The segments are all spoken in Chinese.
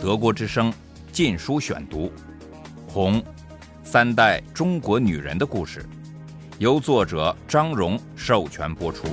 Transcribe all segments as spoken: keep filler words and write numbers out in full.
德国之声禁书选读，红三代中国女人的故事，由作者张荣授权播出。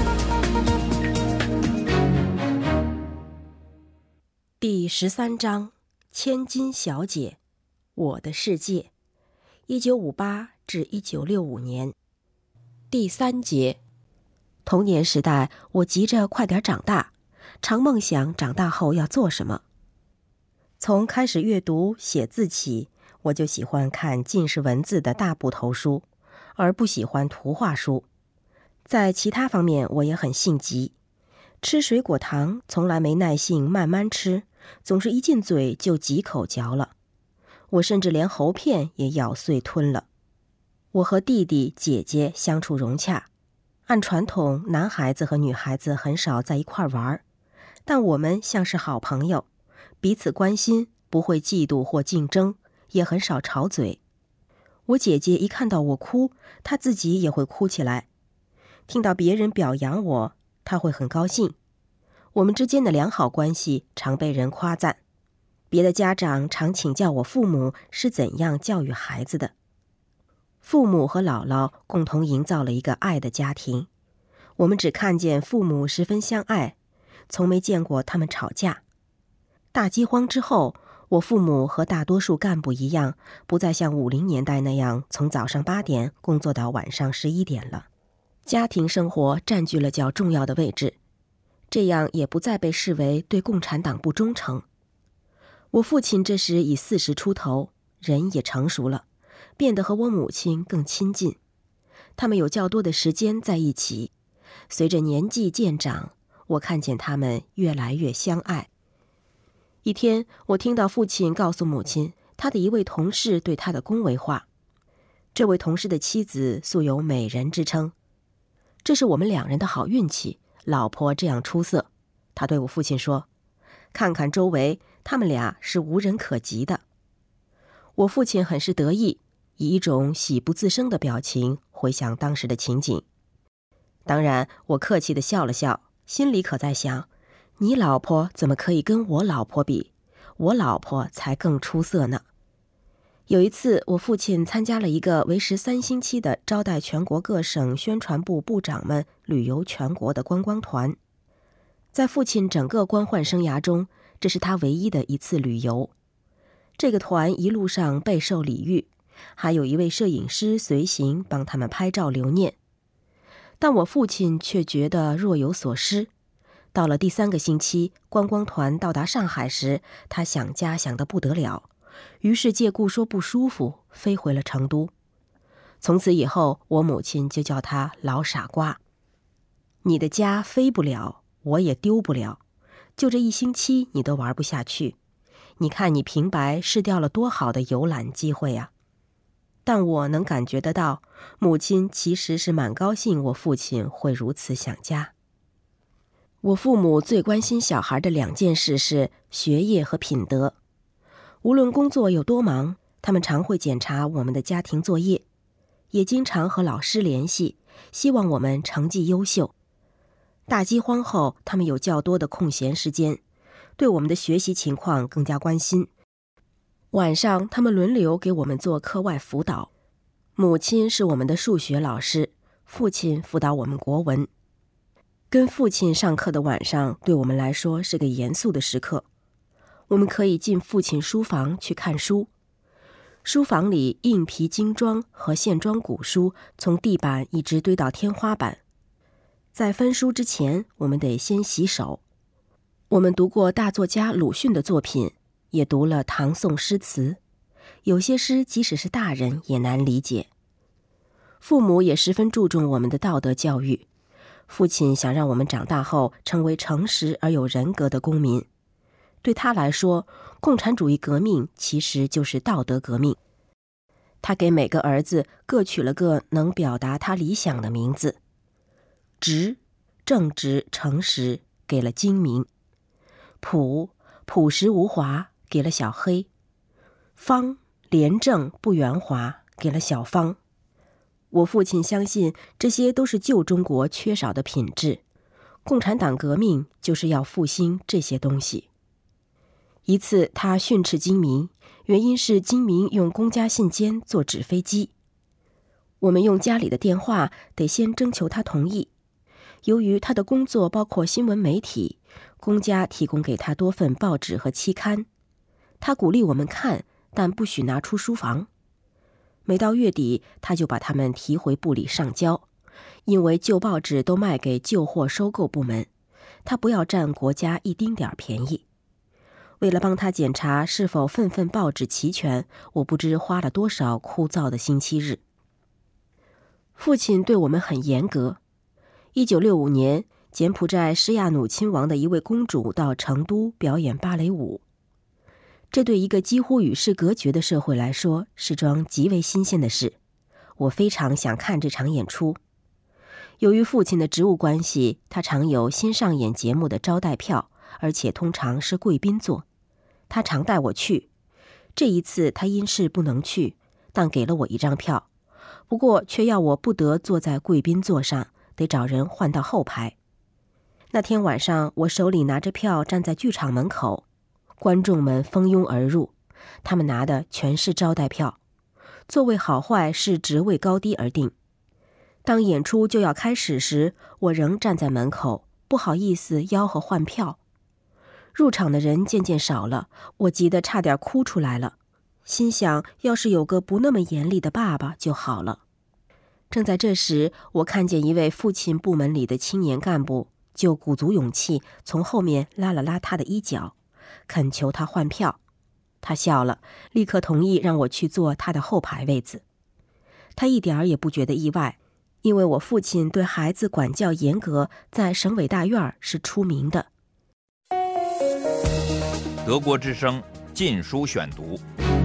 第十三章，千金小姐，我的世界，一九五八至一九六五年。第三节，童年时代，我急着快点长大，常梦想长大后要做什么。从开始阅读写字起，我就喜欢看尽是文字的大部头书，而不喜欢图画书。在其他方面我也很性急，吃水果糖从来没耐性慢慢吃，总是一进嘴就几口嚼了。我甚至连喉片也咬碎吞了。我和弟弟姐姐相处融洽，按传统男孩子和女孩子很少在一块玩，但我们像是好朋友，彼此关心，不会嫉妒或竞争，也很少吵嘴。我姐姐一看到我哭，她自己也会哭起来。听到别人表扬我，她会很高兴。我们之间的良好关系常被人夸赞。别的家长常请教我父母是怎样教育孩子的。父母和姥姥共同营造了一个爱的家庭，我们只看见父母十分相爱，从没见过他们吵架。大饥荒之后，我父母和大多数干部一样，不再像五零年代那样从早上八点工作到晚上十一点了。家庭生活占据了较重要的位置，这样也不再被视为对共产党不忠诚。我父亲这时已四十出头，人也成熟了，变得和我母亲更亲近。他们有较多的时间在一起。随着年纪渐长，我看见他们越来越相爱。一天，我听到父亲告诉母亲，他的一位同事对他的恭维话。这位同事的妻子素有美人之称。这是我们两人的好运气，老婆这样出色。他对我父亲说，看看周围，他们俩是无人可及的。我父亲很是得意，以一种喜不自胜的表情回想当时的情景。当然，我客气地笑了笑，心里可在想，你老婆怎么可以跟我老婆比？我老婆才更出色呢。有一次，我父亲参加了一个为时三星期的招待全国各省宣传部部长们旅游全国的观光团。在父亲整个官宦生涯中，这是他唯一的一次旅游。这个团一路上备受礼遇，还有一位摄影师随行帮他们拍照留念。但我父亲却觉得若有所失。到了第三个星期，观光团到达上海时，他想家想得不得了，于是借故说不舒服，飞回了成都。从此以后，我母亲就叫他老傻瓜。你的家飞不了，我也丢不了，就这一星期你都玩不下去。你看你平白失掉了多好的游览机会啊！但我能感觉得到，母亲其实是蛮高兴我父亲会如此想家。我父母最关心小孩的两件事是学业和品德。无论工作有多忙，他们常会检查我们的家庭作业，也经常和老师联系，希望我们成绩优秀。大饥荒后，他们有较多的空闲时间，对我们的学习情况更加关心。晚上，他们轮流给我们做课外辅导。母亲是我们的数学老师，父亲辅导我们国文。跟父亲上课的晚上，对我们来说是个严肃的时刻。我们可以进父亲书房去看书。书房里硬皮精装和线装古书从地板一直堆到天花板。在翻书之前，我们得先洗手。我们读过大作家鲁迅的作品，也读了唐宋诗词，有些诗即使是大人也难理解。父母也十分注重我们的道德教育。父亲想让我们长大后成为诚实而有人格的公民。对他来说，共产主义革命其实就是道德革命。他给每个儿子各取了个能表达他理想的名字。直，正直诚实，给了精明。朴，朴实无华，给了小黑。方，廉政不圆滑，给了小方。我父亲相信这些都是旧中国缺少的品质，共产党革命就是要复兴这些东西。 一次他训斥金明，原因是金明用公家信笺做纸飞机。我们用家里的电话得先征求他同意。由于他的工作包括新闻媒体，公家提供给他多份报纸和期刊，他鼓励我们看，但不许拿出书房。每到月底，他就把它们提回部里上交，因为旧报纸都卖给旧货收购部门，他不要占国家一丁点儿便宜。为了帮他检查是否份份报纸齐全，我不知花了多少枯燥的星期日。父亲对我们很严格。一九六五年，柬埔寨施亚努亲王的一位公主到成都表演芭蕾舞，这对一个几乎与世隔绝的社会来说是桩极为新鲜的事。我非常想看这场演出。由于父亲的职务关系，他常有新上演节目的招待票，而且通常是贵宾座。他常带我去。这一次他因事不能去，但给了我一张票，不过却要我不得坐在贵宾座上，得找人换到后排。那天晚上，我手里拿着票站在剧场门口，观众们蜂拥而入，他们拿的全是招待票，座位好坏是职位高低而定。当演出就要开始时，我仍站在门口，不好意思吆喝换票。入场的人渐渐少了，我急得差点哭出来了，心想要是有个不那么严厉的爸爸就好了。正在这时，我看见一位父亲部门里的青年干部，就鼓足勇气从后面拉了拉他的衣角，恳求他换票。他笑了，立刻同意让我去坐他的后排位子。他一点儿也不觉得意外，因为我父亲对孩子管教严格，在省委大院是出名的。 德国之声禁书选读。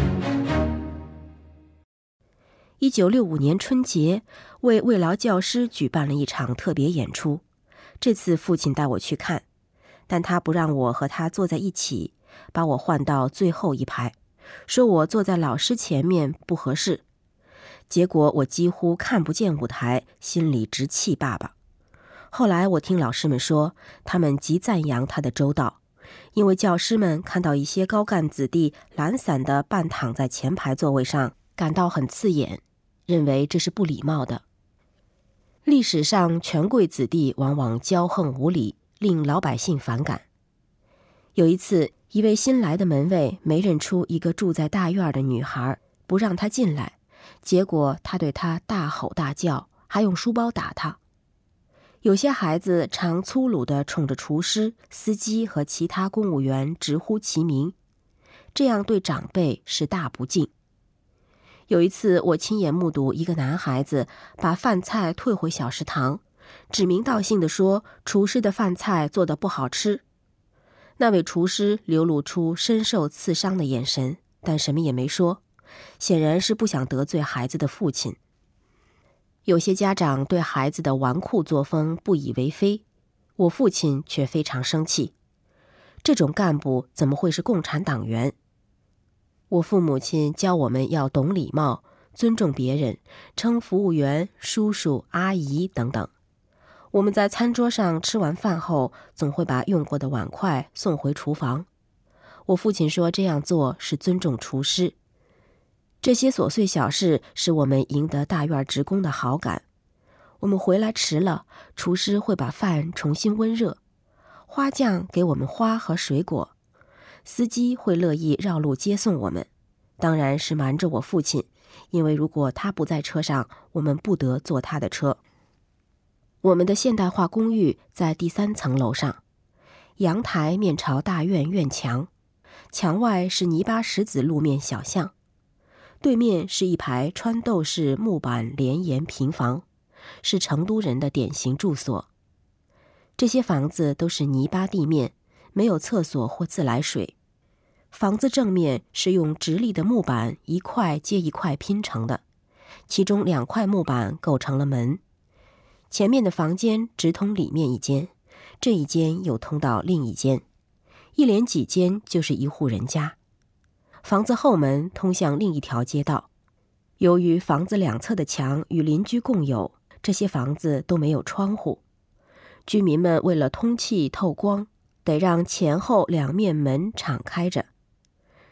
一九六五年春节，为慰劳教师举办了一场特别演出。这次父亲带我去看，但他不让我和他坐在一起，把我换到最后一排，说我坐在老师前面不合适。结果我几乎看不见舞台，心里直气爸爸。后来我听老师们说，他们极赞扬他的周到，因为教师们看到一些高干子弟懒散地半躺在前排座位上，感到很刺眼，认为这是不礼貌的。历史上权贵子弟往往骄横无礼，令老百姓反感。有一次，一位新来的门卫没认出一个住在大院的女孩，不让她进来，结果他对她大吼大叫，还用书包打她。有些孩子常粗鲁地冲着厨师、司机和其他公务员直呼其名，这样对长辈是大不敬。有一次，我亲眼目睹一个男孩子把饭菜退回小食堂，指名道姓地说厨师的饭菜做得不好吃。那位厨师流露出深受刺伤的眼神，但什么也没说，显然是不想得罪孩子的父亲。有些家长对孩子的纨绔作风不以为非，我父亲却非常生气。这种干部怎么会是共产党员？我父母亲教我们要懂礼貌，尊重别人，称服务员叔叔阿姨等等。我们在餐桌上吃完饭后，总会把用过的碗筷送回厨房。我父亲说这样做是尊重厨师。这些琐碎小事使我们赢得大院职工的好感。我们回来迟了，厨师会把饭重新温热，花匠给我们花和水果，司机会乐意绕路接送我们，当然是瞒着我父亲，因为如果他不在车上，我们不得坐他的车。我们的现代化公寓在第三层楼上，阳台面朝大院院墙，墙外是泥巴石子路面小巷，对面是一排穿斗式木板连檐平房，是成都人的典型住所。这些房子都是泥巴地面，没有厕所或自来水。房子正面是用直立的木板一块接一块拼成的，其中两块木板构成了门。前面的房间直通里面一间，这一间又通到另一间，一连几间就是一户人家。房子后门通向另一条街道。由于房子两侧的墙与邻居共有，这些房子都没有窗户。居民们为了通气透光，得让前后两面门敞开着，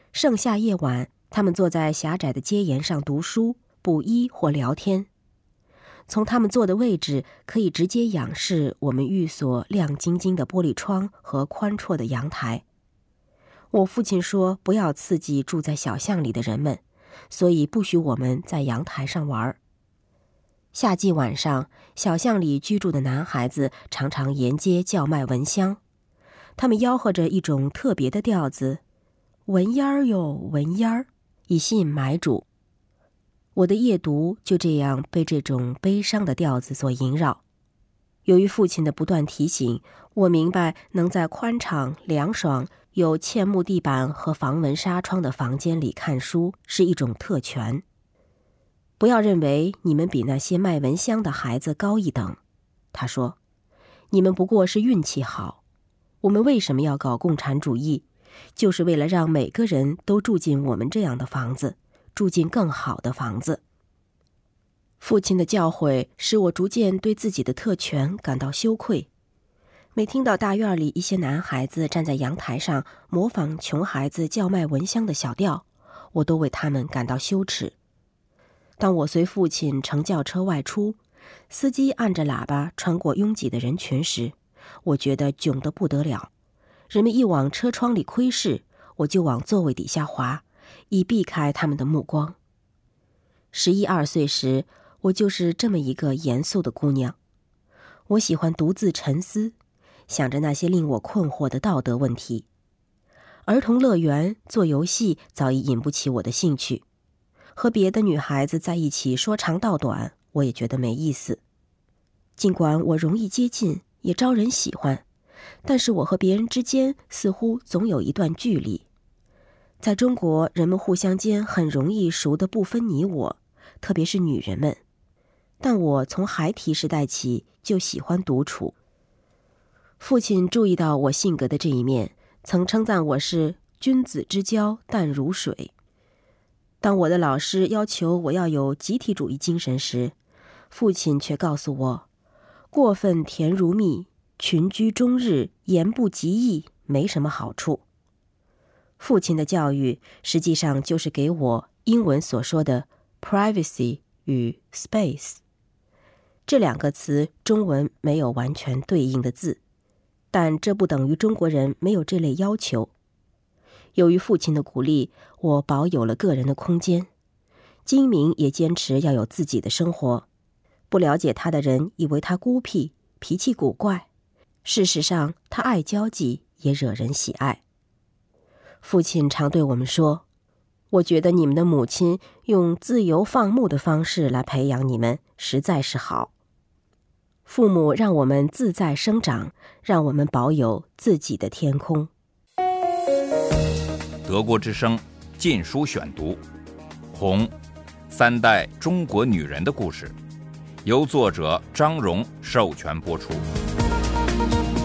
盛夏夜晚，他们坐在狭窄的街沿上读书、补衣或聊天。从他们坐的位置，可以直接仰视我们寓所亮晶晶的玻璃窗和宽绰的阳台。我父亲说不要刺激住在小巷里的人们，所以不许我们在阳台上玩。夏季晚上，小巷里居住的男孩子常常沿街叫卖蚊香，他们吆喝着一种特别的调子，蚊烟儿哟，蚊烟儿，以吸引买主。我的夜读就这样被这种悲伤的调子所萦绕。由于父亲的不断提醒，我明白能在宽敞、凉爽、有嵌木地板和防蚊纱窗的房间里看书是一种特权。不要认为你们比那些卖蚊香的孩子高一等，他说，你们不过是运气好。我们为什么要搞共产主义？就是为了让每个人都住进我们这样的房子，住进更好的房子。父亲的教诲使我逐渐对自己的特权感到羞愧。每听到大院里一些男孩子站在阳台上模仿穷孩子叫卖蚊香的小调，我都为他们感到羞耻。当我随父亲乘轿车外出，司机按着喇叭穿过拥挤的人群时，我觉得窘得不得了。人们一往车窗里窥视，我就往座位底下滑，以避开他们的目光。十一二岁时，我就是这么一个严肃的姑娘。我喜欢独自沉思，想着那些令我困惑的道德问题。儿童乐园做游戏早已引不起我的兴趣，和别的女孩子在一起说长道短，我也觉得没意思。尽管我容易接近，也招人喜欢，但是我和别人之间似乎总有一段距离。在中国，人们互相间很容易熟得不分你我，特别是女人们。但我从孩提时代起就喜欢独处。父亲注意到我性格的这一面，曾称赞我是君子之交淡如水。当我的老师要求我要有集体主义精神时，父亲却告诉我，过分甜如蜜，群居终日，言不及义，没什么好处。父亲的教育实际上就是给我英文所说的 privacy 与 space。 这两个词中文没有完全对应的字，但这不等于中国人没有这类要求。由于父亲的鼓励，我保有了个人的空间。精明也坚持要有自己的生活，不了解他的人以为他孤僻，脾气古怪。事实上，他爱交际，也惹人喜爱。父亲常对我们说，我觉得你们的母亲用自由放牧的方式来培养你们，实在是好。父母让我们自在生长，让我们保有自己的天空。 德国之声禁书选读，红三代中国女人的故事，由作者张荣授权播出。